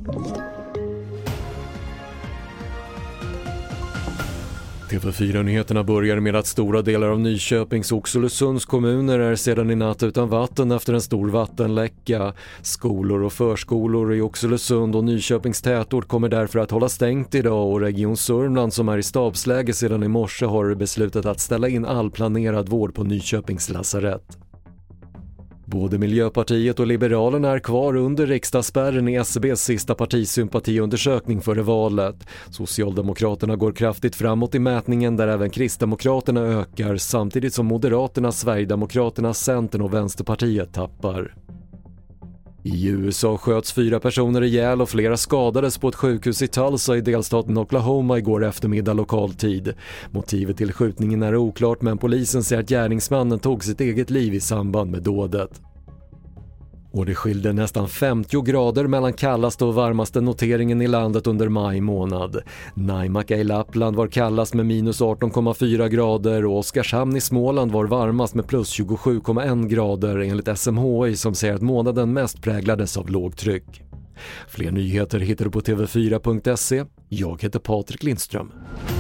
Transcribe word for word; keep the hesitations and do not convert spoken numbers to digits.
T V fyra-nyheterna börjar med att stora delar av Nyköpings och Oxelösunds kommuner är sedan i natt utan vatten efter en stor vattenläcka. Skolor och förskolor i Oxelösund och Nyköpings tätort kommer därför att hålla stängt idag, och Region Sörmland, som är i stabsläge sedan i morse, har beslutat att ställa in all planerad vård på Nyköpings lasarett. Både Miljöpartiet och Liberalerna är kvar under riksdagsspärren i S C B:s sista partisympatiundersökning före valet. Socialdemokraterna går kraftigt framåt i mätningen, där även Kristdemokraterna ökar, samtidigt som Moderaterna, Sverigedemokraterna, Centern och Vänsterpartiet tappar. I U S A sköts fyra personer ihjäl och flera skadades på ett sjukhus i Tulsa i delstaten Oklahoma igår eftermiddag lokal tid. Motivet till skjutningen är oklart, men polisen säger att gärningsmannen tog sitt eget liv i samband med dådet. Och det skilde nästan femtio grader mellan kallaste och varmaste noteringen i landet under maj månad. Naimakka i Lappland var kallast med minus arton komma fyra grader och Oskarshamn i Småland var varmast med plus tjugosju komma en grader enligt S M H I, som säger att månaden mest präglades av lågtryck. Fler nyheter hittar du på T V fyra punkt se. Jag heter Patrik Lindström.